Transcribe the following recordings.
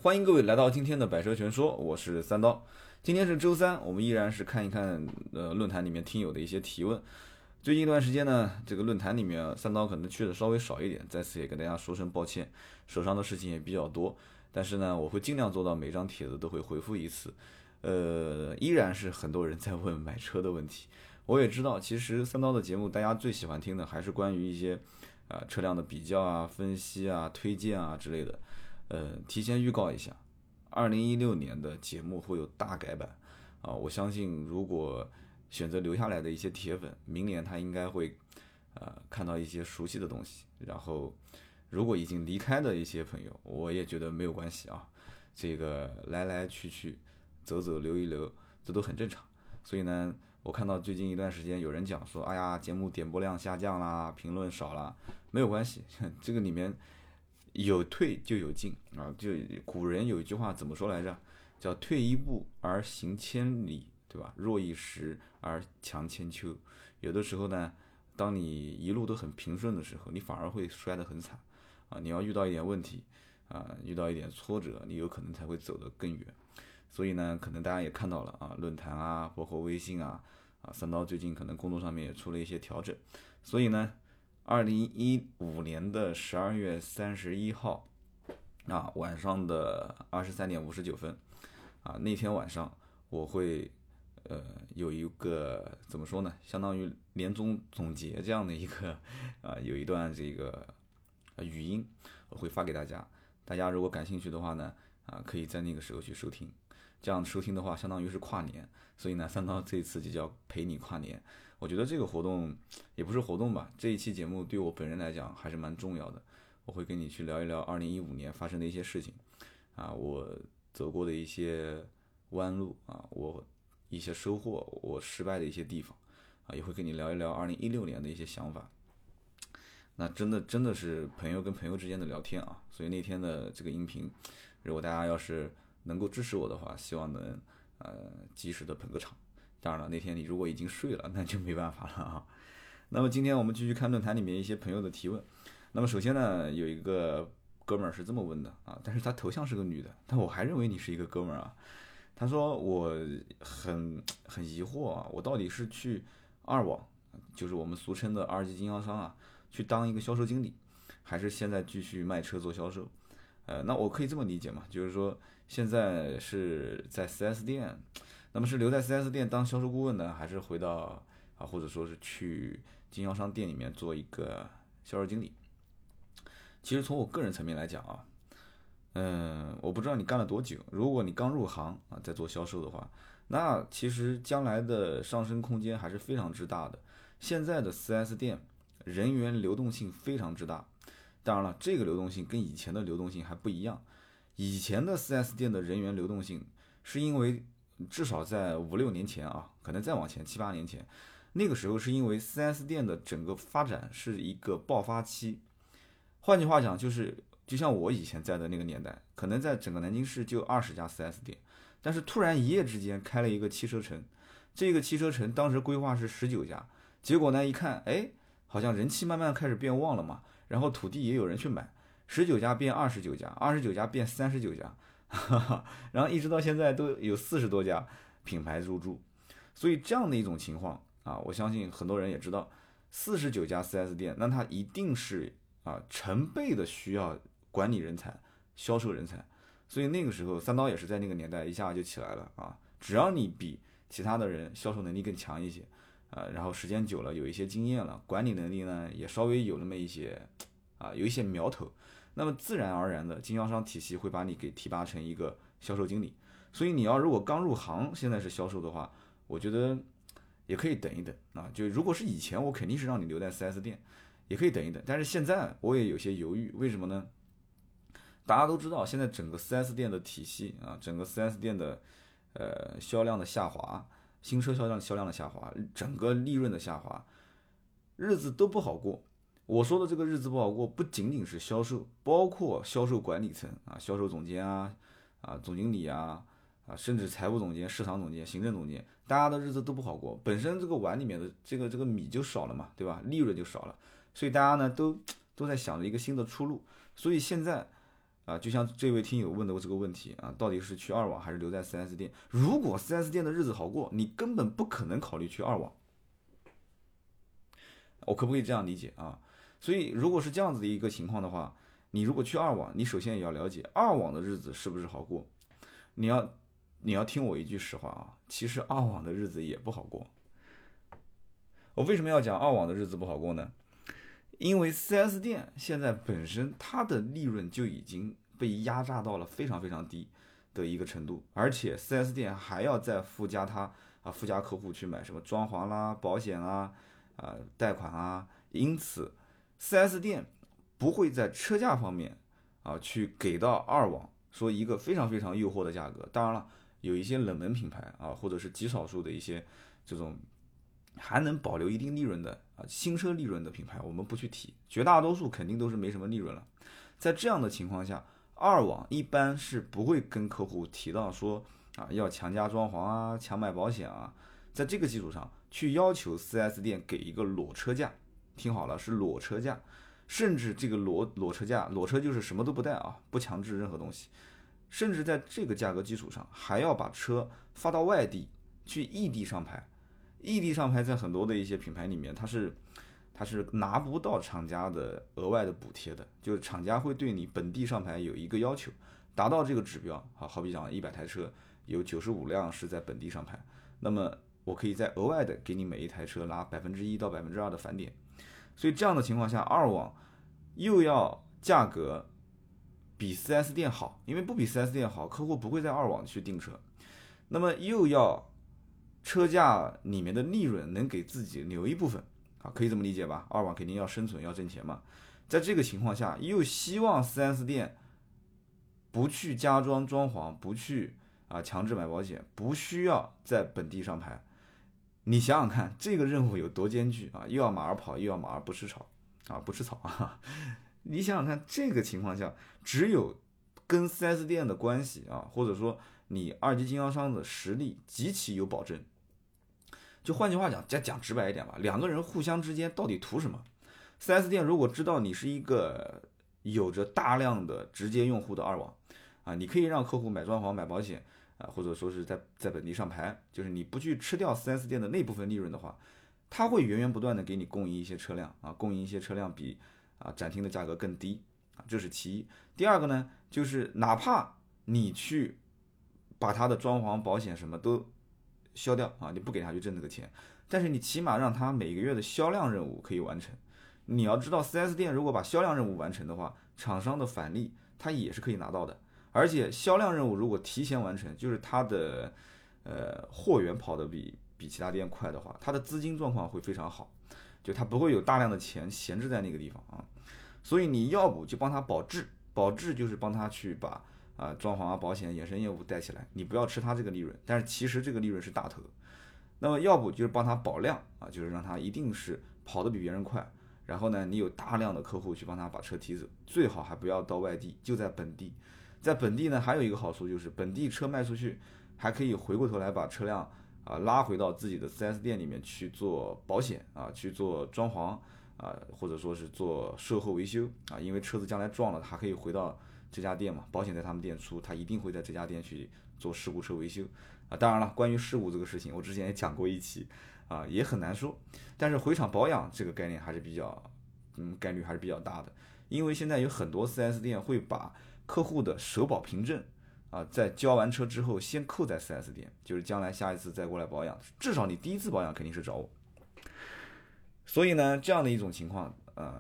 欢迎各位来到今天的百车全说，我是三刀。今天是周三，我们依然是看一看论坛里面听友的一些提问。最近一段时间呢，这个论坛里面三刀可能去的稍微少一点，在此也跟大家说声抱歉，手上的事情也比较多。但是呢，我会尽量做到每张帖子都会回复一次。依然是很多人在问买车的问题。我也知道，其实三刀的节目大家最喜欢听的还是关于一些车辆的比较啊、分析啊、推荐啊之类的。提前预告一下，2016年的节目会有大改版啊！我相信，如果选择留下来的一些铁粉，明年他应该会看到一些熟悉的东西。然后，如果已经离开的一些朋友，我也觉得没有关系啊，这个来来去去，走走留一留，这都很正常。所以呢，我看到最近一段时间有人讲说，哎呀，节目点播量下降啦，评论少啦，没有关系，这个里面有退就有进啊，就古人有一句话怎么说来着？叫退一步而行千里，对吧？弱一时而强千秋。有的时候呢，当你一路都很平顺的时候，你反而会摔得很惨啊！你要遇到一点问题啊，遇到一点挫折，你有可能才会走得更远。所以呢，可能大家也看到了啊，论坛啊，包括微信啊，三刀最近可能工作上面也出了一些调整。所以呢，2015年的12月31号晚上的23:59那天晚上我会有一个怎么说呢，相当于年终总结这样的一个有一段这个语音我会发给大家，大家如果感兴趣的话呢可以在那个时候去收听。这样收听的话，相当于是跨年，所以呢，三刀这次就叫陪你跨年。我觉得这个活动也不是活动吧，这一期节目对我本人来讲还是蛮重要的。我会跟你去聊一聊2015年发生的一些事情我走过的一些弯路我一些收获，我失败的一些地方也会跟你聊一聊2016年的一些想法。那真的是朋友跟朋友之间的聊天啊，所以那天的这个音频，如果大家要是能够支持我的话，希望能及时的捧个场。当然了，那天你如果已经睡了，那就没办法了啊。那么今天我们继续看论坛里面一些朋友的提问。那么首先呢，有一个哥们儿是这么问的但是他头像是个女的，但我还认为你是一个哥们儿啊。他说我很疑惑我到底是去二网，就是我们俗称的二级经销商去当一个销售经理，还是现在继续卖车做销售？那我可以这么理解嘛，就是说现在是在 4S 店，那么是留在 4S 店当销售顾问呢，还是回到或者说是去经销商店里面做一个销售经理？其实从我个人层面来讲我不知道你干了多久，如果你刚入行在做销售的话，那其实将来的上升空间还是非常之大的。现在的 4S 店人员流动性非常之大，当然了，这个流动性跟以前的流动性还不一样。以前的 4S 店的人员流动性是因为至少在5、6年前可能再往前7、8年前，那个时候是因为 4S 店的整个发展是一个爆发期。换句话讲，就像我以前在的那个年代，可能在整个南京市就20家 4S 店，但是突然一夜之间开了一个汽车城，这个汽车城当时规划是19家，结果呢一看，哎，好像人气慢慢开始变旺了嘛，然后土地也有人去买，19家变29家，29家变39家，然后一直到现在都有40多家品牌入驻，所以这样的一种情况我相信很多人也知道，49家 4S 店，那它一定是成倍的需要管理人才、销售人才，所以那个时候三刀也是在那个年代一下就起来了只要你比其他的人销售能力更强一些然后时间久了有一些经验了，管理能力呢也稍微有那么一些有一些苗头，那么自然而然的经销商体系会把你给提拔成一个销售经理。所以你要如果刚入行现在是销售的话，我觉得也可以等一等就如果是以前，我肯定是让你留在 4S 店，也可以等一等。但是现在我也有些犹豫，为什么呢？大家都知道，现在整个 4S 店的体系整个 4S 店的销量的下滑，新车销量的下滑，整个利润的下滑，日子都不好过。我说的这个日子不好过，不仅仅是销售，包括销售管理层销售总监总经理甚至财务总监、市场总监、行政总监，大家的日子都不好过。本身这个碗里面的这个米就少了嘛，对吧？利润就少了，所以大家呢都在想着一个新的出路。所以现在就像这位听友问的这个问题啊，到底是去二网还是留在 4S 店？如果 4S 店的日子好过，你根本不可能考虑去二网。我可不可以这样理解啊？所以如果是这样子的一个情况的话，你如果去二网，你首先也要了解二网的日子是不是好过。你要你要听我一句实话啊，其实二网的日子也不好过。我为什么要讲二网的日子不好过呢？因为 4S 店现在本身它的利润就已经被压榨到了非常非常低的一个程度，而且 4S 店还要再附加客户去买什么装潢啦、保险啦、贷款啊，因此 4S 店不会在车价方面去给到二网说一个非常非常诱惑的价格。当然了，有一些冷门品牌或者是极少数的一些这种还能保留一定利润的新车利润的品牌，我们不去提，绝大多数肯定都是没什么利润了。在这样的情况下，二网一般是不会跟客户提到说要强加装潢强买保险在这个基础上去要求 4S 店给一个裸车价，听好了，是裸车价，甚至这个裸车价，裸车就是什么都不带不强制任何东西，甚至在这个价格基础上还要把车发到外地去异地上牌。异地上牌在很多的一些品牌里面，它是拿不到厂家的额外的补贴的，就是厂家会对你本地上牌有一个要求，达到这个指标好比讲100台车有95辆是在本地上牌，那么我可以再额外的给你每一台车拿1%到2%的返点。所以这样的情况下，二网又要价格比 4S 店好，因为不比 4S 店好，客户不会在二网去订车，那么又要车价里面的利润能给自己留一部分可以这么理解吧？二网肯定要生存要挣钱嘛，在这个情况下又希望 4S 店不去加装装潢，不去强制买保险，不需要在本地上牌。你想想看，这个任务有多艰巨又要马儿跑，又要马儿不吃草不吃草你想想看，这个情况下，只有跟 4S 店的关系或者说你二级经销商的实力极其有保证。就换句话讲，再讲直白一点吧，两个人互相之间到底图什么？4S 店如果知道你是一个有着大量的直接用户的二网你可以让客户买装潢、买保险或者说是在本地上牌，就是你不去吃掉 4S 店的那部分利润的话，他会源源不断的给你供应一些车辆供应一些车辆比展厅的价格更低这是其一。第二个呢，就是哪怕你去把他的装潢、保险什么都消掉你不给他去挣这个钱，但是你起码让他每个月的销量任务可以完成。你要知道 4S 店如果把销量任务完成的话，厂商的返利他也是可以拿到的，而且销量任务如果提前完成，就是他的货源跑得比其他店快的话，他的资金状况会非常好，就他不会有大量的钱闲置在那个地方所以你要不就帮他保质，保质就是帮他去把装潢保险衍生业务带起来，你不要吃他这个利润，但是其实这个利润是大头。那么要不就是帮他保量就是让他一定是跑得比别人快，然后呢你有大量的客户去帮他把车提走，最好还不要到外地，就在本地。在本地呢还有一个好处，就是本地车卖出去还可以回过头来把车辆拉回到自己的 4S 店里面去做保险去做装潢或者说是做售后维修因为车子将来撞了，它可以回到这家店嘛，保险在他们店出，他一定会在这家店去做事故车维修当然了，关于事故这个事情，我之前也讲过一期也很难说，但是回厂保养这个概念还是比较概率还是比较大的，因为现在有很多 4S 店会把客户的首保凭证在交完车之后先扣在 4S 店，就是将来下一次再过来保养，至少你第一次保养肯定是找我。所以呢，这样的一种情况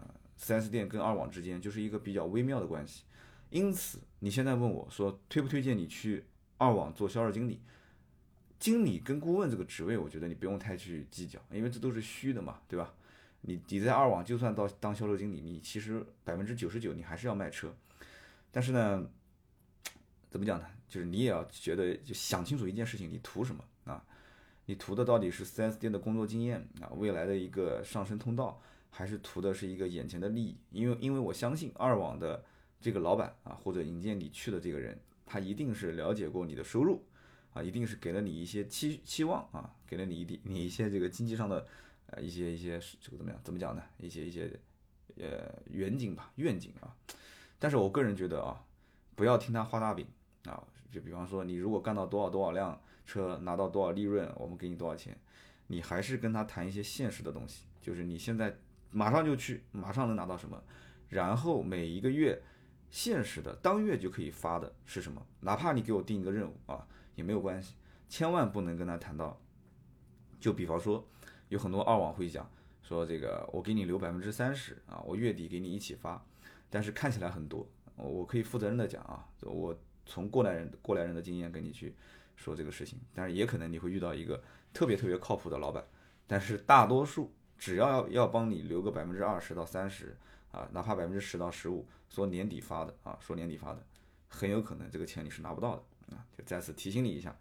4S 店跟二网之间就是一个比较微妙的关系。因此你现在问我说推不推荐你去二网做销售经理，经理跟顾问这个职位，我觉得你不用太去计较，因为这都是虚的嘛，对吧？你在二网就算当销售经理，你其实99%你还是要卖车，但是呢，怎么讲呢？就是你也要觉得就想清楚一件事情，你图什么你图的到底是 4S 店的工作经验未来的一个上升通道，还是图的是一个眼前的利益？因为我相信二网的这个老板或者引荐你去的这个人，他一定是了解过你的收入一定是给了你一些期望给了你一些这个经济上的一些这个怎么讲呢？一些远景吧，愿景但是我个人觉得不要听他画大饼啊。就比方说，你如果干到多少多少辆车，拿到多少利润，我们给你多少钱，你还是跟他谈一些现实的东西，就是你现在马上就去，马上能拿到什么，然后每一个月现实的当月就可以发的是什么，哪怕你给我定一个任务啊，也没有关系，千万不能跟他谈到，就比方说有很多二网会讲说这个我给你留30%啊，我月底给你一起发，但是看起来很多，我可以负责任的讲啊，我从过来人的经验跟你去说这个事情，但是也可能你会遇到一个特别特别靠谱的老板，但是大多数只要帮你留个20%到30%啊，哪怕10%到15%，说年底发的啊，说年底发的，很有可能这个钱你是拿不到的啊，就再次提醒你一下。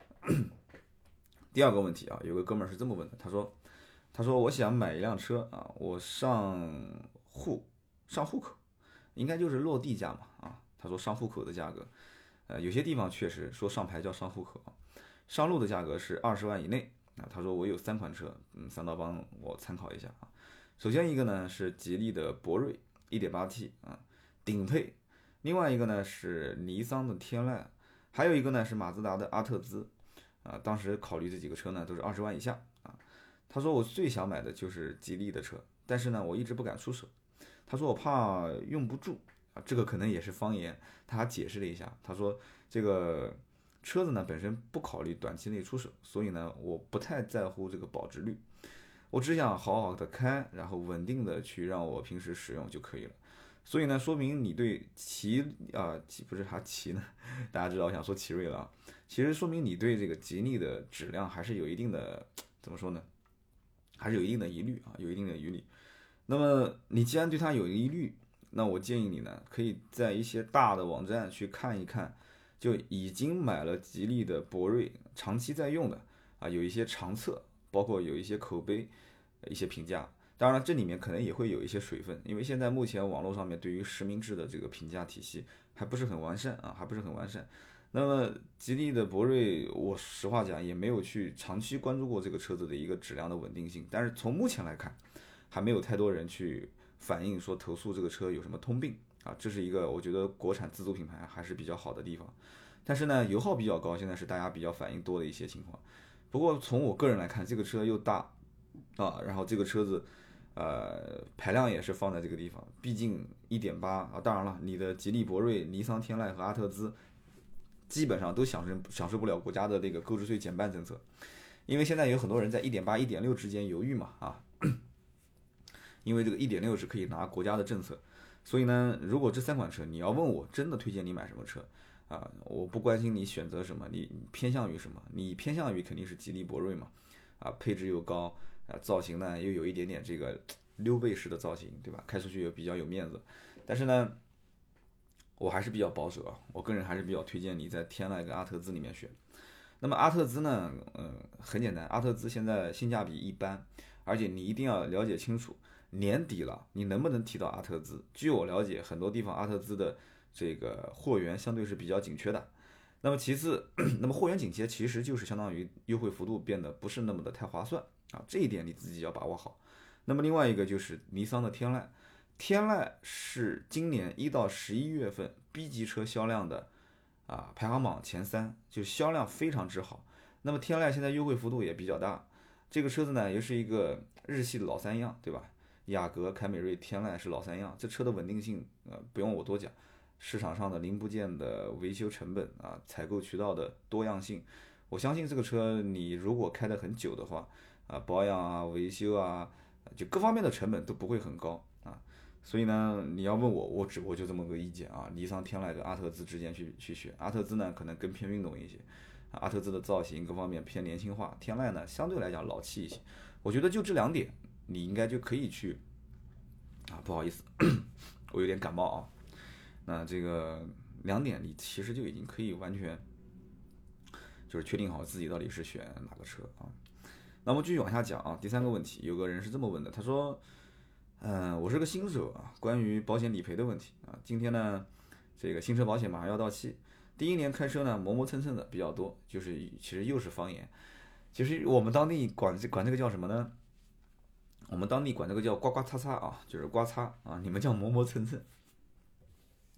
第二个问题啊，有个哥们儿是这么问的，他说我想买一辆车啊，我上户口，应该就是落地价嘛啊，他说上户口的价格，有些地方确实说上牌叫上户口，上路的价格是20万以内啊。他说我有3款车，三刀帮我参考一下啊。首先一个呢是吉利的博瑞 1.8T 啊，顶配，另外一个呢是尼桑的天籁，还有一个呢是马自达的阿特兹啊。当时考虑这几个车呢都是20万以下啊。他说我最想买的就是吉利的车，但是呢我一直不敢出手。他说我怕用不住啊，这个可能也是方言。他还解释了一下，他说这个车子呢本身不考虑短期内出手，所以呢我不太在乎这个保值率，我只想好好的开，然后稳定的去让我平时使用就可以了。所以呢，说明你对不是还奇呢？大家知道我想说奇瑞了啊，其实说明你对这个吉利的质量还是有一定的怎么说呢？还是有一定的疑虑啊，有一定的疑虑。那么你既然对它有疑虑，那我建议你呢，可以在一些大的网站去看一看，就已经买了吉利的博瑞，长期在用的啊，有一些长测，包括有一些口碑，一些评价。当然，这里面可能也会有一些水分，因为现在目前网络上面对于实名制的这个评价体系还不是很完善啊，还不是很完善。那么吉利的博瑞，我实话讲也没有去长期关注过这个车子的一个质量的稳定性，但是从目前来看，还没有太多人去反映说投诉这个车有什么通病啊，这是一个我觉得国产自主品牌还是比较好的地方。但是呢，油耗比较高，现在是大家比较反映多的一些情况。不过从我个人来看，这个车又大啊，然后这个车子排量也是放在这个地方，毕竟1.8啊，当然了，你的吉利博瑞、尼桑天籁和阿特兹基本上都享受不了国家的这个购置税减半政策，因为现在有很多人在1.8、1.6之间犹豫嘛啊。因为这个1.6是可以拿国家的政策，所以呢，如果这3款车你要问我真的推荐你买什么车啊，我不关心你选择什么，你偏向于什么，你偏向于肯定是吉利博瑞嘛，啊，配置又高，啊，造型呢又有一点点这个溜背式的造型，对吧？开出去又比较有面子，但是呢，我还是比较保守啊，我个人还是比较推荐你在天籁跟阿特兹里面选。那么阿特兹呢，很简单，阿特兹现在性价比一般，而且你一定要了解清楚。年底了，你能不能提到阿特兹？据我了解，很多地方阿特兹的这个货源相对是比较紧缺的。那么其次，那么货源紧缺其实就是相当于优惠幅度变得不是那么的太划算啊，这一点你自己要把握好。那么另外一个就是尼桑的天籁，天籁是今年1到11月份 B 级车销量的排行榜前3，就销量非常之好。那么天籁现在优惠幅度也比较大，这个车子呢又是一个日系的老三样，对吧？雅阁、凯美瑞、天籁是老三样，这车的稳定性不用我多讲，市场上的零部件的维修成本啊，采购渠道的多样性，我相信这个车你如果开得很久的话啊，保养啊、维修啊，就各方面的成本都不会很高啊。所以呢，你要问我，我就这么个意见啊，尼桑天籁跟阿特兹之间去选，阿特兹呢可能更偏运动一些，阿特兹的造型各方面偏年轻化，天籁呢相对来讲老气一些，我觉得就这2点。你应该就可以去不好意思，我有点感冒啊。那这个2点你其实就已经可以完全就是确定好自己到底是选哪个车啊。那么继续往下讲啊，第3个问题，有个人是这么问的，他说，我是个新手啊，关于保险理赔的问题啊，今天呢这个新车保险马上要到期，第1年开车呢磨磨蹭蹭的比较多，就是其实又是方言，其实我们当地管这个叫什么呢？我们当地管这个叫刮刮擦擦啊，就是刮擦啊，你们叫磨磨蹭蹭。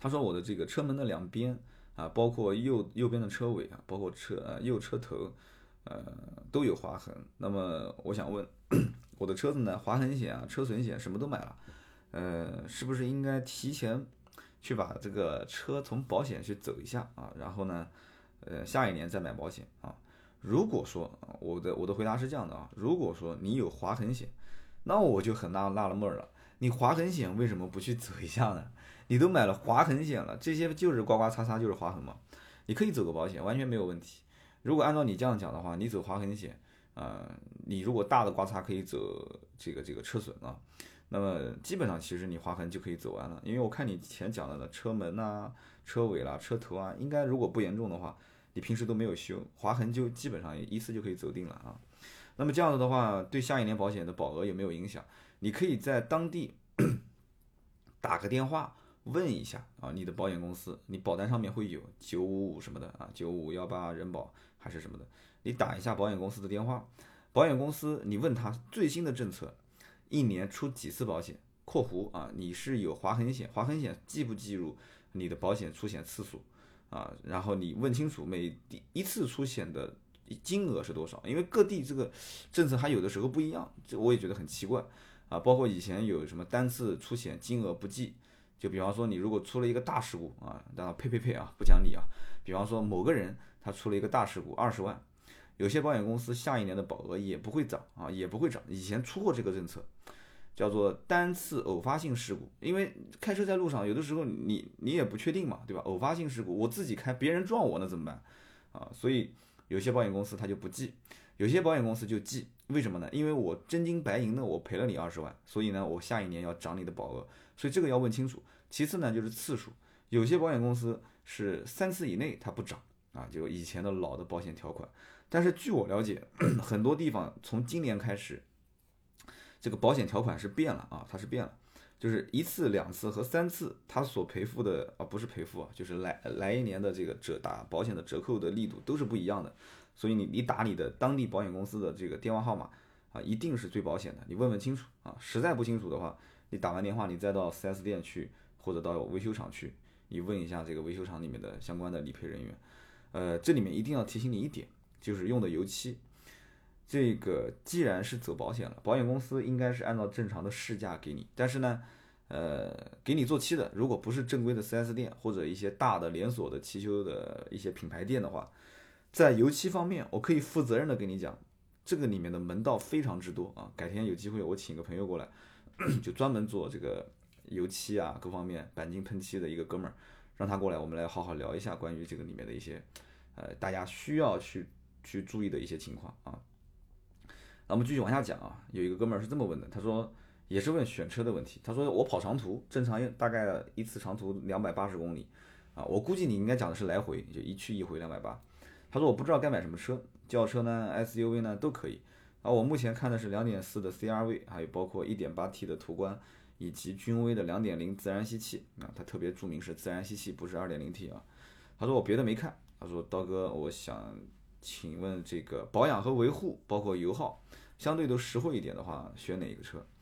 他说我的这个车门的两边啊，包括右边的车尾啊，包括右车头，都有划痕。那么我想问，我的车子呢，划痕险啊、车损险什么都买了，是不是应该提前去把这个车从保险去走一下啊？然后呢，下一年再买保险啊？如果说我的回答是这样的啊，如果说你有划痕险，那我就很纳了闷了，你划痕险为什么不去走一下呢？你都买了划痕险了，这些就是刮刮擦擦就是划痕嘛，你可以走个保险，完全没有问题。如果按照你这样讲的话，你走划痕险，你如果大的刮擦可以走这个车损啊，那么基本上其实你划痕就可以走完了，因为我看你以前讲的车门啊、车尾啦、车头啊，应该如果不严重的话，你平时都没有修，划痕就基本上一次就可以走定了啊。那么这样子的话，对下一年保险的保额有没有影响？你可以在当地打个电话问一下啊，你的保险公司，你保单上面会有955什么的啊，9518人保还是什么的，你打一下保险公司的电话，保险公司你问他最新的政策，一年出几次保险（括弧啊，你是有划痕险，划痕险记不记入你的保险出险次数啊？然后你问清楚每一次出险的金额是多少，因为各地这个政策还有的时候不一样，这我也觉得很奇怪啊。包括以前有什么单次出险金额不计，就比方说你如果出了一个大事故啊，当然呸啊，不讲理啊。比方说某个人他出了一个大事故20万，有些保险公司下一年的保额也不会涨啊，也不会涨。以前出过这个政策，叫做单次偶发性事故，因为开车在路上有的时候你也不确定嘛，对吧？偶发性事故我自己开，别人撞我那怎么办啊？所以有些保险公司它就不记，有些保险公司就记，为什么呢？因为我真金白银的我赔了你20万，所以呢我下一年要涨你的保额，所以这个要问清楚。其次呢就是次数，有些保险公司是3次以内它不涨啊，就以前的老的保险条款。但是据我了解，很多地方从今年开始，这个保险条款是变了啊，它是变了，就是1次、2次和3次，它所赔付的啊不是赔付啊，就是来一年的这个打保险的折扣的力度都是不一样的。所以你打你的当地保险公司的这个电话号码啊，一定是最保险的，你问问清楚啊。实在不清楚的话，你打完电话你再到 4S 店去或者到维修厂去，你问一下这个维修厂里面的相关的理赔人员。这里面一定要提醒你一点，就是用的油漆。这个既然是走保险了，保险公司应该是按照正常的市价给你，但是呢，给你做漆的，如果不是正规的 4S 店或者一些大的连锁的汽修的一些品牌店的话，在油漆方面，我可以负责任的跟你讲，这个里面的门道非常之多啊。改天有机会我请个朋友过来，就专门做这个油漆啊各方面钣金喷漆的一个哥们儿，让他过来，我们来好好聊一下关于这个里面的一些大家需要去注意的一些情况啊。那我们继续往下讲啊，有一个哥们儿是这么问的，他说也是问选车的问题，他说我跑长途，正常大概一次长途280公里啊，我估计你应该讲的是来回，就一去一回280。他说我不知道该买什么车，轿车呢、SUV 呢都可以啊。我目前看的是2.4的 CRV，还有包括 1.8T 的途观，以及君威的2.0自然吸气啊。他特别注明是自然吸气，不是 2.0T 啊。他说我别的没看，他说刀哥，我想请问这个保养和维护，包括油耗，相对都实惠一点的话，选哪一个车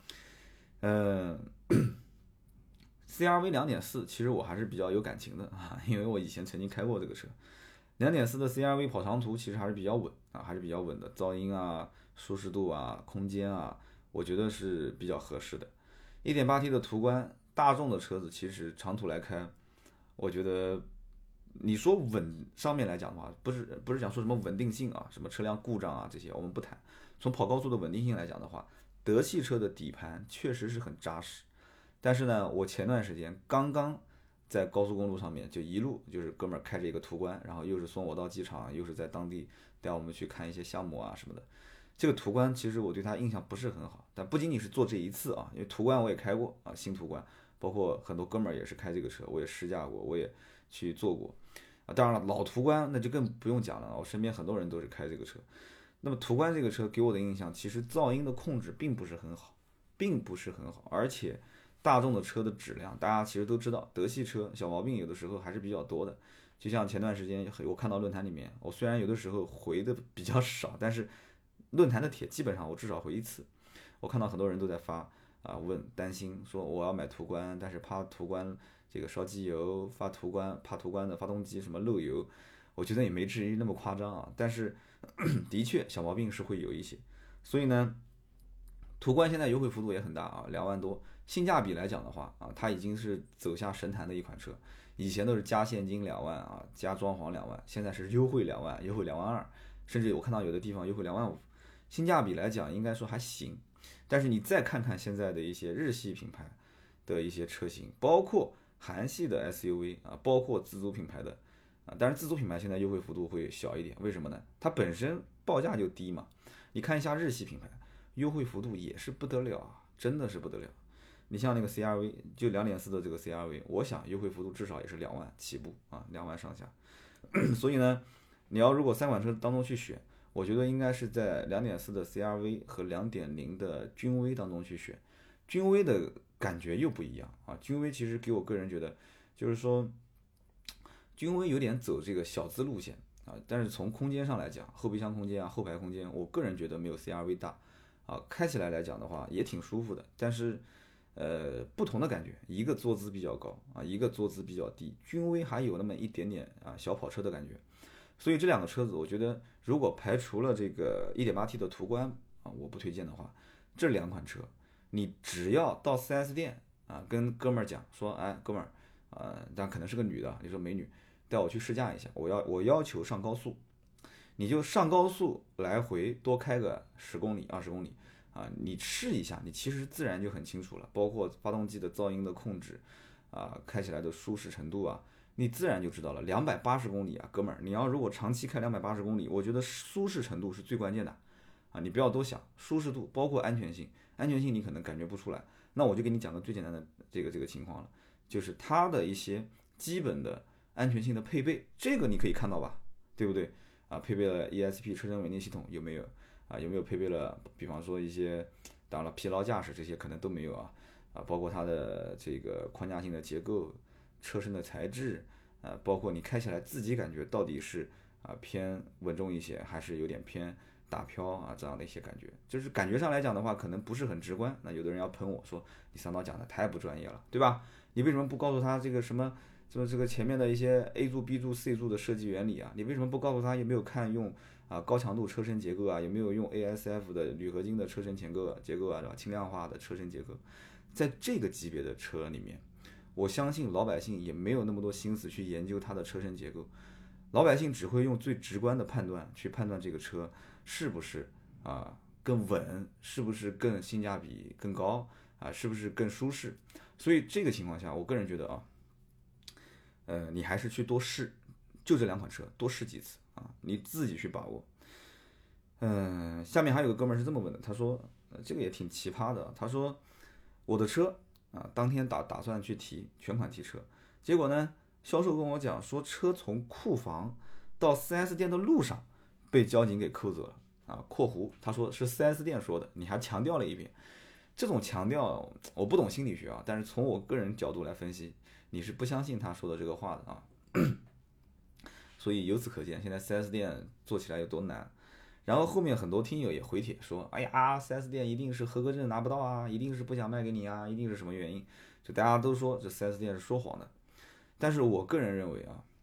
？CRV 2.4，其实我还是比较有感情的啊，因为我以前曾经开过这个车。2.4的 CRV 跑长途其实还是比较稳啊，还是比较稳的，噪音啊、舒适度啊、空间啊，我觉得是比较合适的。1.8T 的途观，大众的车子其实长途来开，我觉得你说稳上面来讲的话，不是讲说什么稳定性啊，什么车辆故障啊这些我们不谈。从跑高速的稳定性来讲的话，德系车的底盘确实是很扎实。但是呢，我前段时间刚刚在高速公路上面就一路就是哥们儿开着一个途观，然后又是送我到机场，又是在当地带我们去看一些项目啊什么的。这个途观其实我对它印象不是很好，但不仅仅是做这一次啊，因为途观我也开过啊，新途观，包括很多哥们儿也是开这个车，我也试驾过，我也去做过啊。当然了，老途观那就更不用讲了，我身边很多人都是开这个车。那么途观这个车给我的印象，其实噪音的控制并不是很好，而且大众的车的质量，大家其实都知道，德系车小毛病有的时候还是比较多的。就像前段时间我看到论坛里面，我虽然有的时候回的比较少，但是论坛的帖基本上我至少回一次。我看到很多人都在发啊，担心说我要买途观，但是怕途观这个烧机油、怕途观的发动机什么漏油，我觉得也没至于那么夸张啊。但是的确小毛病是会有一些，所以呢，途观现在优惠幅度也很大啊，2万多，性价比来讲的话啊，它已经是走下神坛的一款车。以前都是加现金2万啊，加装潢2万，现在是优惠2万，优惠2万2，甚至我看到有的地方优惠2万5，性价比来讲应该说还行。但是你再看看现在的一些日系品牌的一些车型，包括韩系的 SUV 啊，包括自主品牌的啊，当然自主品牌现在优惠幅度会小一点，为什么呢？它本身报价就低嘛。你看一下日系品牌，优惠幅度也是不得了啊，真的是不得了。你像那个 CRV， 就2.4的这个 CRV， 我想优惠幅度至少也是2万起步啊，2万上下。所以呢，你要如果3款车当中去选，我觉得应该是在2.4的 CRV 和2.0的君威当中去选。君威的感觉又不一样啊，君威其实给我个人觉得，就是说，君威有点走这个小资路线啊，但是从空间上来讲，后备箱空间啊、后排空间，我个人觉得没有 CRV 大啊，开起来来讲的话也挺舒服的，但是。不同的感觉，一个坐姿比较高啊，一个坐姿比较低，君威还有那么一点点啊小跑车的感觉，所以这两个车子，我觉得如果排除了这个 1.8T 的途观啊，我不推荐的话，这两款车，你只要到 4S 店啊，跟哥们儿讲说，哎，哥们儿，但可能是个女的，你说美女，带我去试驾一下，我要求上高速，你就上高速来回多开个10公里、20公里。啊，你试一下，你其实自然就很清楚了，包括发动机的噪音的控制，啊，开起来的舒适程度啊，你自然就知道了。280公里啊，哥们儿，你要如果长期开280公里，我觉得舒适程度是最关键的啊，你不要多想，舒适度包括安全性，安全性你可能感觉不出来，那我就给你讲个最简单的这个情况了，就是它的一些基本的安全性的配备，这个你可以看到吧，对不对啊？配备了 ESP 车身稳定系统有没有？啊，有没有配备了？比方说一些，当然了，疲劳驾驶这些可能都没有啊。啊，包括它的这个框架性的结构、车身的材质，包括你开起来自己感觉到底是啊偏稳重一些，还是有点偏打飘啊这样的一些感觉。就是感觉上来讲的话，可能不是很直观。那有的人要喷我说你三刀讲的太不专业了，对吧？你为什么不告诉他这个什么这个前面的一些 A 柱、B 柱、C 柱的设计原理啊？你为什么不告诉他有没有看用？啊，高强度车身结构啊，有没有用 ASF 的铝合金的车身结构啊，是吧？轻量化的车身结构，在这个级别的车里面，我相信老百姓也没有那么多心思去研究它的车身结构，老百姓只会用最直观的判断去判断这个车是不是啊更稳，是不是更性价比更高啊，是不是更舒适。所以这个情况下，我个人觉得啊，你还是去多试，就这两款车多试几次。啊，你自己去把握。下面还有个哥们儿是这么问的，他说，这个也挺奇葩的。他说，我的车啊，当天打算去提全款提车，结果呢，销售跟我讲说，车从库房到 4S 店的路上被交警给扣走了啊。括弧他说是 4S 店说的，你还强调了一遍。这种强调我不懂心理学啊，但是从我个人角度来分析，你是不相信他说的这个话的啊。所以由此可见，现在 4S 店做起来有多难。然后后面很多听友也回帖说，哎呀，4S 店一定是合格证拿不到啊，一定是不想卖给你啊，一定是什么原因？就大家都说这 4S 店是说谎的。但是我个人认为啊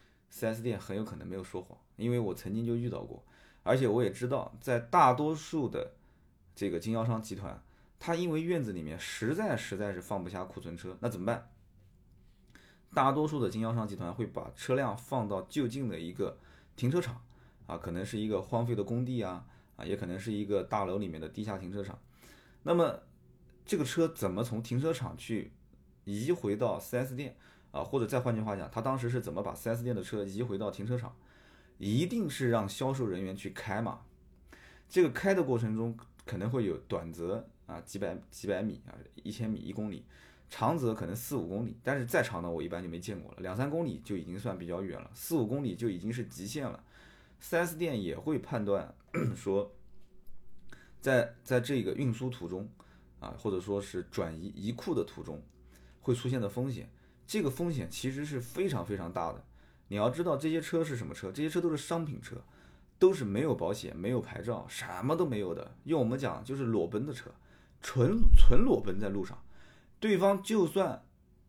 ，4S 店很有可能没有说谎，因为我曾经就遇到过，而且我也知道，在大多数的这个经销商集团，他因为院子里面实在是放不下库存车，那怎么办？大多数的经销商集团会把车辆放到就近的一个停车场啊，可能是一个荒废的工地啊，也可能是一个大楼里面的地下停车场。那么这个车怎么从停车场去移回到 4S 店啊？或者再换句话讲，他当时是怎么把 4S 店的车移回到停车场？一定是让销售人员去开嘛。这个开的过程中可能会有短则啊几百米啊1000米1公里。长则可能4、5公里，但是再长的我一般就没见过了，2、3公里就已经算比较远了，4、5公里就已经是极限了。4S 店也会判断说，在这个运输途中啊，或者说是转移库的途中会出现的风险，这个风险其实是非常非常大的。你要知道这些车是什么车？这些车都是商品车，都是没有保险、没有牌照、什么都没有的。用我们讲就是裸奔的车，纯裸奔在路上。对方就算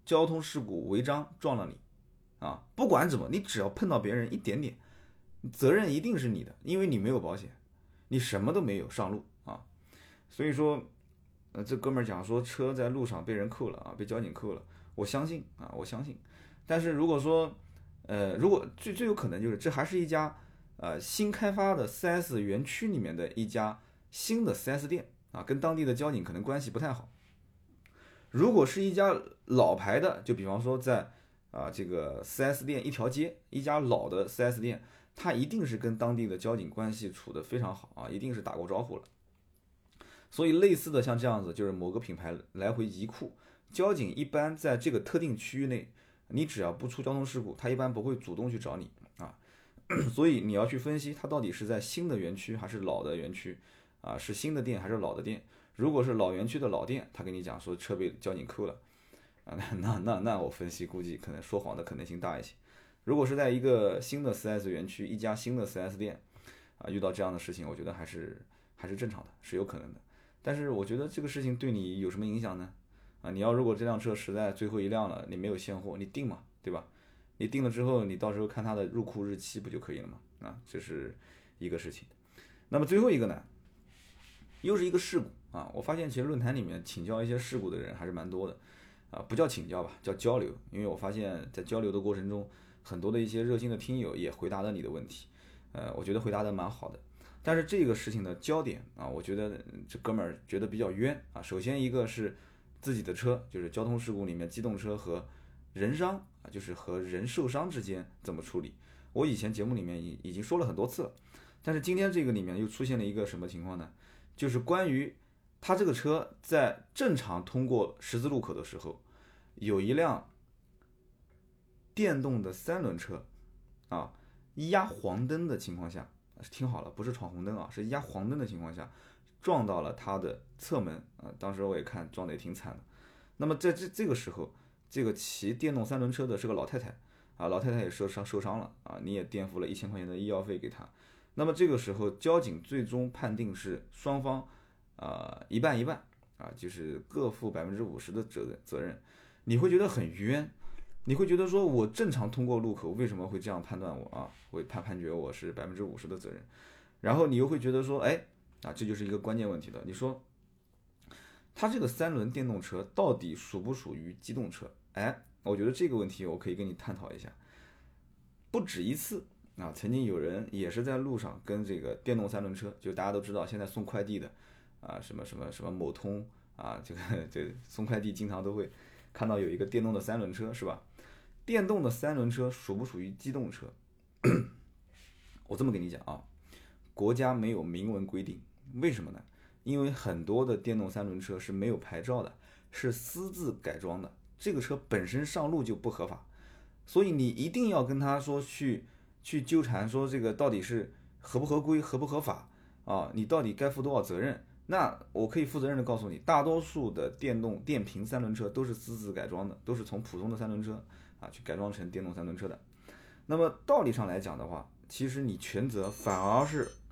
交通事故违章撞了你啊，不管怎么，你只要碰到别人一点点，责任一定是你的，因为你没有保险，你什么都没有上路啊。所以说，这哥们儿讲说车在路上被人扣了啊，被交警扣了，我相信啊，我相信。但是如果说，如果最有可能就是这还是一家新开发的 4S 园区里面的一家新的 4S 店啊，跟当地的交警可能关系不太好。如果是一家老牌的，就比方说在这个 4S 店一条街一家老的 4S 店，它一定是跟当地的交警关系处得非常好啊，一定是打过招呼了。所以类似的像这样子，就是某个品牌来回移库，交警一般在这个特定区域内，你只要不出交通事故，他一般不会主动去找你啊。所以你要去分析它到底是在新的园区还是老的园区啊，是新的店还是老的店。如果是老园区的老店，他跟你讲说车被交警扣了啊，那我分析估计可能说谎的可能性大一些。如果是在一个新的 4S 园区，一家新的 4S 店啊，遇到这样的事情，我觉得还是正常的，是有可能的。但是我觉得这个事情对你有什么影响呢？啊，你要如果这辆车实在最后一辆了，你没有现货，你定嘛，对吧？你定了之后，你到时候看它的入库日期不就可以了吗？啊，这是一个事情。那么最后一个呢，又是一个事故啊。我发现其实论坛里面请教一些事故的人还是蛮多的啊，不叫请教吧，叫交流。因为我发现在交流的过程中，很多的一些热心的听友也回答了你的问题，我觉得回答的蛮好的。但是这个事情的焦点啊，我觉得这哥们儿觉得比较冤啊。首先一个是自己的车，就是交通事故里面机动车和人伤啊，就是和人受伤之间怎么处理。我以前节目里面已经说了很多次了，但是今天这个里面又出现了一个什么情况呢？就是关于他这个车在正常通过十字路口的时候，有一辆电动的三轮车啊，压黄灯的情况下，听好了，不是闯红灯啊，是压黄灯的情况下撞到了他的侧门啊。当时我也看撞得也挺惨的。那么在这个时候，这个骑电动三轮车的是个老太太啊，老太太也受伤了啊，你也垫付了1000块钱的医药费给她。那么这个时候，交警最终判定是双方一半一半啊，就是各负50%的责任。你会觉得很冤，你会觉得说我正常通过路口，为什么会这样判断我啊？会判决我是50%的责任。然后你又会觉得说，哎啊，这就是一个关键问题了。你说它这个三轮电动车到底属不属于机动车？哎，我觉得这个问题我可以跟你探讨一下，不止一次啊。曾经有人也是在路上跟这个电动三轮车，就大家都知道现在送快递的啊，什么某通啊，这送快递经常都会看到有一个电动的三轮车，是吧？电动的三轮车属不属于机动车？我这么跟你讲啊，国家没有明文规定，为什么呢？因为很多的电动三轮车是没有牌照的，是私自改装的，这个车本身上路就不合法，所以你一定要跟他说去纠缠，说这个到底是合不合规、合不合法啊？你到底该负多少责任？那我可以负责任的告诉你，大多数的电瓶三轮车都是私自改装的，都是从普通的三轮车啊去改装成电动三轮车的。那么道理上来讲的话，其实你全责反而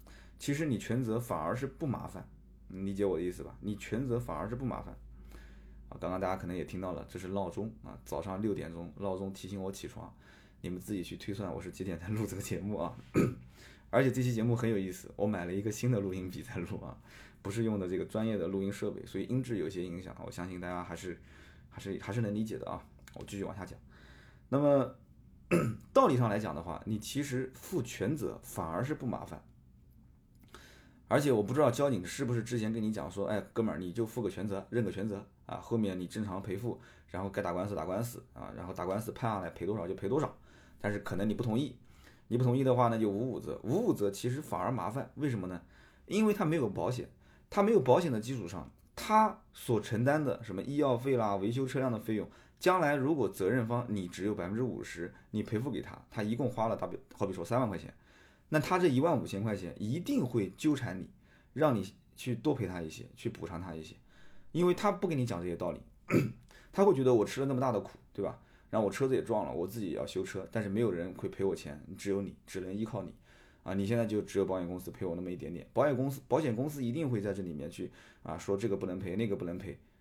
是不麻烦，你理解我的意思吧？你全责反而是不麻烦啊。刚刚大家可能也听到了，这是闹钟啊，早上6点钟闹钟提醒我起床，你们自己去推算我是几点在录这个节目啊。而且这期节目很有意思，我买了一个新的录音笔在录啊，不是用的这个专业的录音设备，所以音质有些影响，我相信大家还是能理解的啊。我继续往下讲。那么道理上来讲的话，你其实负全责反而是不麻烦。而且我不知道交警是不是之前跟你讲说，哎，哥们儿，你就负个全责，认个全责啊，后面你正常赔付，然后该打官司打官司啊，然后打官司判下来赔多少就赔多少。但是可能你不同意，你不同意的话呢，就五五责。五五责其实反而麻烦，为什么呢？因为他没有保险，他没有保险的基础上，他所承担的什么医药费啦、维修车辆的费用，将来如果责任方你只有50%，你赔付给他，他一共花了好比说3万块钱。那他这15000块钱一定会纠缠你，让你去多赔他一些，去补偿他一些，因为他不跟你讲这些道理，他会觉得我吃了那么大的苦，对吧？然后我车子也撞了，我自己也要修车，但是没有人会赔我钱，只有你，只能依靠你啊！你现在就只有保险公司赔我那么一点点，保险公司一定会在这里面去啊说这个不能赔，那个不能赔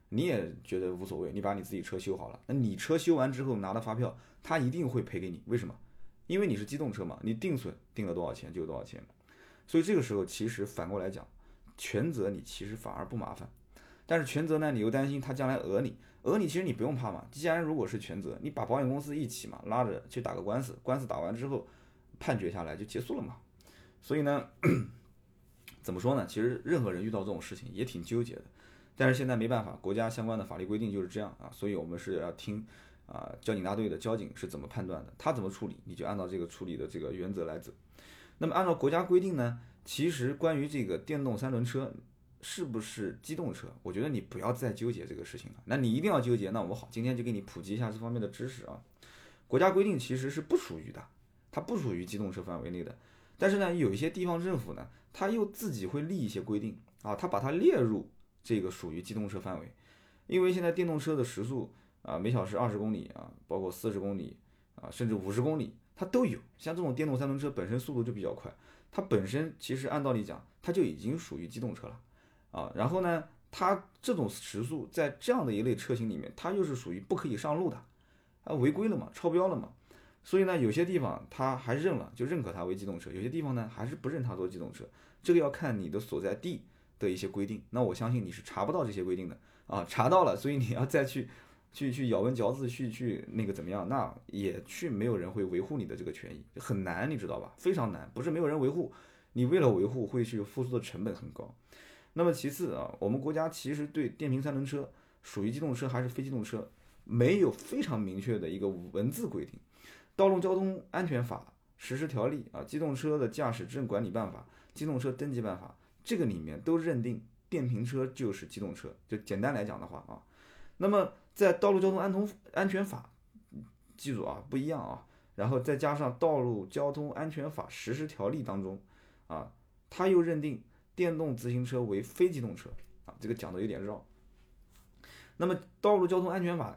你也觉得无所谓，你把你自己车修好了，那你车修完之后拿的发票，他一定会赔给你。为什么？因为你是机动车嘛，你定损定了多少钱就有多少钱。所以这个时候其实反过来讲，全责你其实反而不麻烦，但是全责呢，你又担心他将来讹你其实你不用怕嘛。既然如果是全责，你把保险公司一起嘛拉着去打个官司，官司打完之后判决下来就结束了嘛。所以呢，怎么说呢？其实任何人遇到这种事情也挺纠结的，但是现在没办法，国家相关的法律规定就是这样啊，所以我们是要听交警大队的交警是怎么判断的，他怎么处理，你就按照这个处理的这个原则来走。那么按照国家规定呢，其实关于这个电动三轮车是不是机动车，我觉得你不要再纠结这个事情了。那你一定要纠结，那我好，今天就给你普及一下这方面的知识啊。国家规定其实是不属于的，它不属于机动车范围内的。但是呢，有一些地方政府呢，它又自己会立一些规定啊，它把它列入这个属于机动车范围。因为现在电动车的时速每小时20公里啊，包括40公里甚至50公里，它都有。像这种电动三轮车本身速度就比较快，它本身其实按道理讲，它就已经属于机动车了然后呢，它这种时速在这样的一类车型里面，它又是属于不可以上路的，它违规了嘛，超标了嘛。所以呢，有些地方它还认了，就认可它为机动车；有些地方呢，还是不认它做机动车。这个要看你的所在地的一些规定。那我相信你是查不到这些规定的查到了，所以你要再去咬文嚼字去那个怎么样，那也没有人会维护你的这个权益，很难，你知道吧？非常难，不是没有人维护，你为了维护会去付出的成本很高。那么其次我们国家其实对电瓶三轮车属于机动车还是非机动车，没有非常明确的一个文字规定。道路交通安全法实施条例机动车的驾驶证管理办法、机动车登记办法，这个里面都认定电瓶车就是机动车。就简单来讲的话那么在道路交通安全法，记住不一样然后再加上道路交通安全法实施条例当中它又认定电动自行车为非机动车这个讲的有点绕。那么道路交通安全法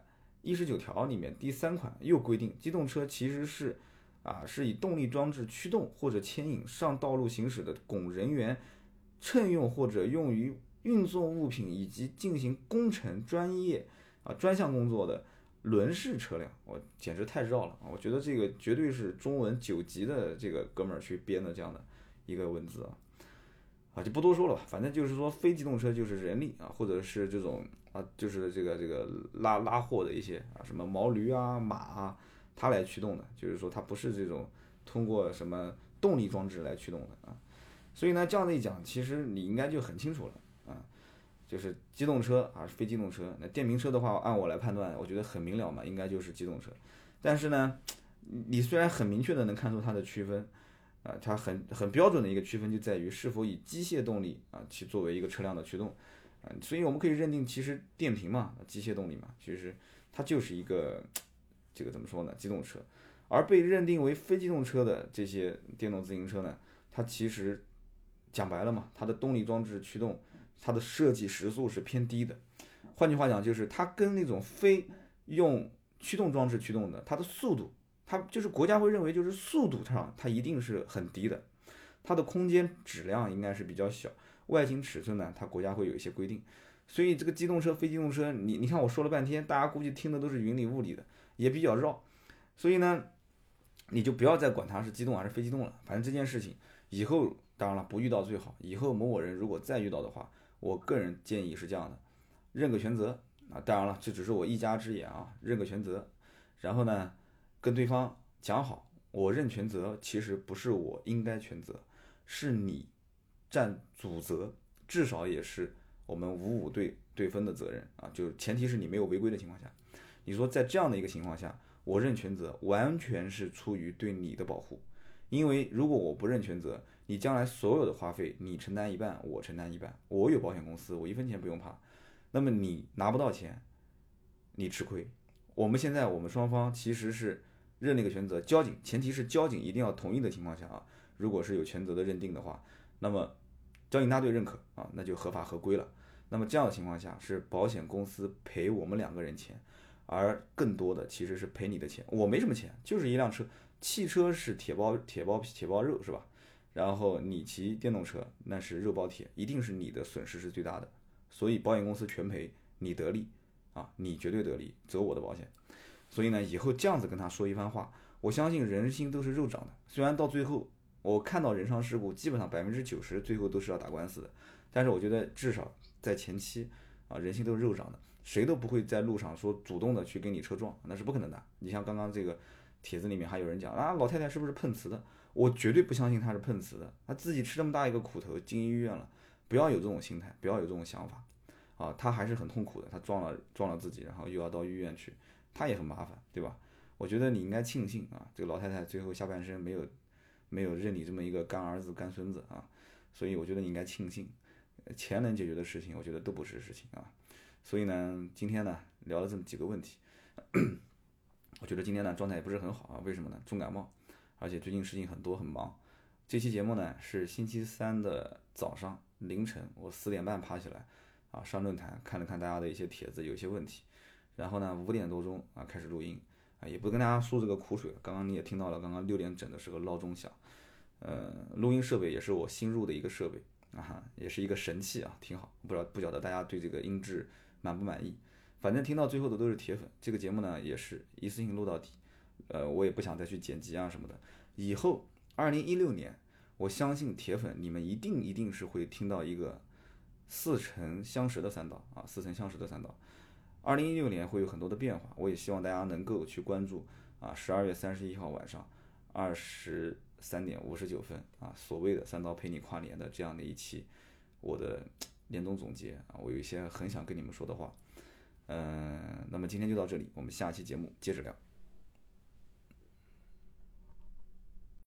119条里面第3款又规定，机动车其实是以动力装置驱动或者牵引上道路行驶的供人员乘用或者用于运送物品以及进行工程专业专项工作的轮式车辆。我简直太绕了我觉得这个绝对是中文9级的这个哥们儿去编的这样的一个文字就不多说了吧。反正就是说非机动车就是人力或者是这种就是这个拉货的一些什么毛驴马它来驱动的，就是说它不是这种通过什么动力装置来驱动的所以呢，这样的一讲，其实你应该就很清楚了就是机动车还是非机动车。那电瓶车的话，按我来判断，我觉得很明了嘛，应该就是机动车。但是呢，你虽然很明确的能看出它的区分它很标准的一个区分就在于是否以机械动力去作为一个车辆的驱动所以我们可以认定，其实电瓶嘛，机械动力嘛，其实它就是一个这个怎么说呢，机动车。而被认定为非机动车的这些电动自行车呢，它其实讲白了嘛，它的动力装置驱动，它的设计时速是偏低的。换句话讲，就是它跟那种非用驱动装置驱动的，它的速度，它就是国家会认为就是速度上它一定是很低的，它的空间质量应该是比较小，外形尺寸呢，它国家会有一些规定。所以这个机动车、非机动车，你看我说了半天，大家估计听的都是云里雾里的，也比较绕。所以呢，你就不要再管它是机动还是非机动了。反正这件事情以后当然了不遇到最好，以后某人如果再遇到的话，我个人建议是这样的，认个全责当然了这只是我一家之言认个全责，然后呢跟对方讲好，我认全责其实不是我应该全责，是你占主责，至少也是我们5-5对分的责任就前提是你没有违规的情况下。你说在这样的一个情况下，我认全责完全是出于对你的保护，因为如果我不认全责，你将来所有的花费你承担一半，我承担一半，我有保险公司，我1分钱不用怕，那么你拿不到钱，你吃亏。我们双方其实是认那个全责，交警前提是交警一定要同意的情况下如果是有全责的认定的话，那么交警大队认可那就合法合规了。那么这样的情况下是保险公司赔我们2个人钱，而更多的其实是赔你的钱。我没什么钱，就是一辆车，汽车是铁包肉是吧？然后你骑电动车那是肉包铁，一定是你的损失是最大的，所以保险公司全赔你得利啊，你绝对得利，走我的保险。所以呢，以后这样子跟他说一番话，我相信人心都是肉长的。虽然到最后我看到人伤事故基本上90%最后都是要打官司的，但是我觉得至少在前期啊，人心都是肉长的，谁都不会在路上说主动的去跟你车撞，那是不可能的。你像刚刚这个帖子里面还有人讲啊，老太太是不是碰瓷的？我绝对不相信她是碰瓷的，她自己吃这么大一个苦头进医院了，不要有这种心态，不要有这种想法啊，她还是很痛苦的，她撞了自己，然后又要到医院去，她也很麻烦，对吧？我觉得你应该庆幸啊，这个老太太最后下半生没有认你这么一个干儿子干孙子啊，所以我觉得你应该庆幸，钱能解决的事情，我觉得都不是事情啊。所以呢，今天呢聊了这么几个问题，我觉得今天呢状态也不是很好啊，为什么呢？重感冒，而且最近事情很多很忙。这期节目呢是星期三的早上凌晨，我4点半爬起来啊，上论坛看了看大家的一些帖子，有一些问题，然后呢5点多钟啊开始录音啊，也不跟大家诉这个苦水了。刚刚你也听到了，刚刚6点整的时候闹钟响，录音设备也是我新入的一个设备啊，也是一个神器啊，挺好。不晓得大家对这个音质满不满意？反正听到最后的都是铁粉。这个节目呢也是一次性录到底，我也不想再去剪辑啊什么的。以后2016年，我相信铁粉你们一定是会听到一个似曾相识的三刀啊，似曾相识的三刀。2016年会有很多的变化，我也希望大家能够去关注啊，12月31号晚上23点59分啊，所谓的三刀陪你跨年的这样的一期我的年终总结啊，我有一些很想跟你们说的话。那么今天就到这里，我们下期节目接着聊。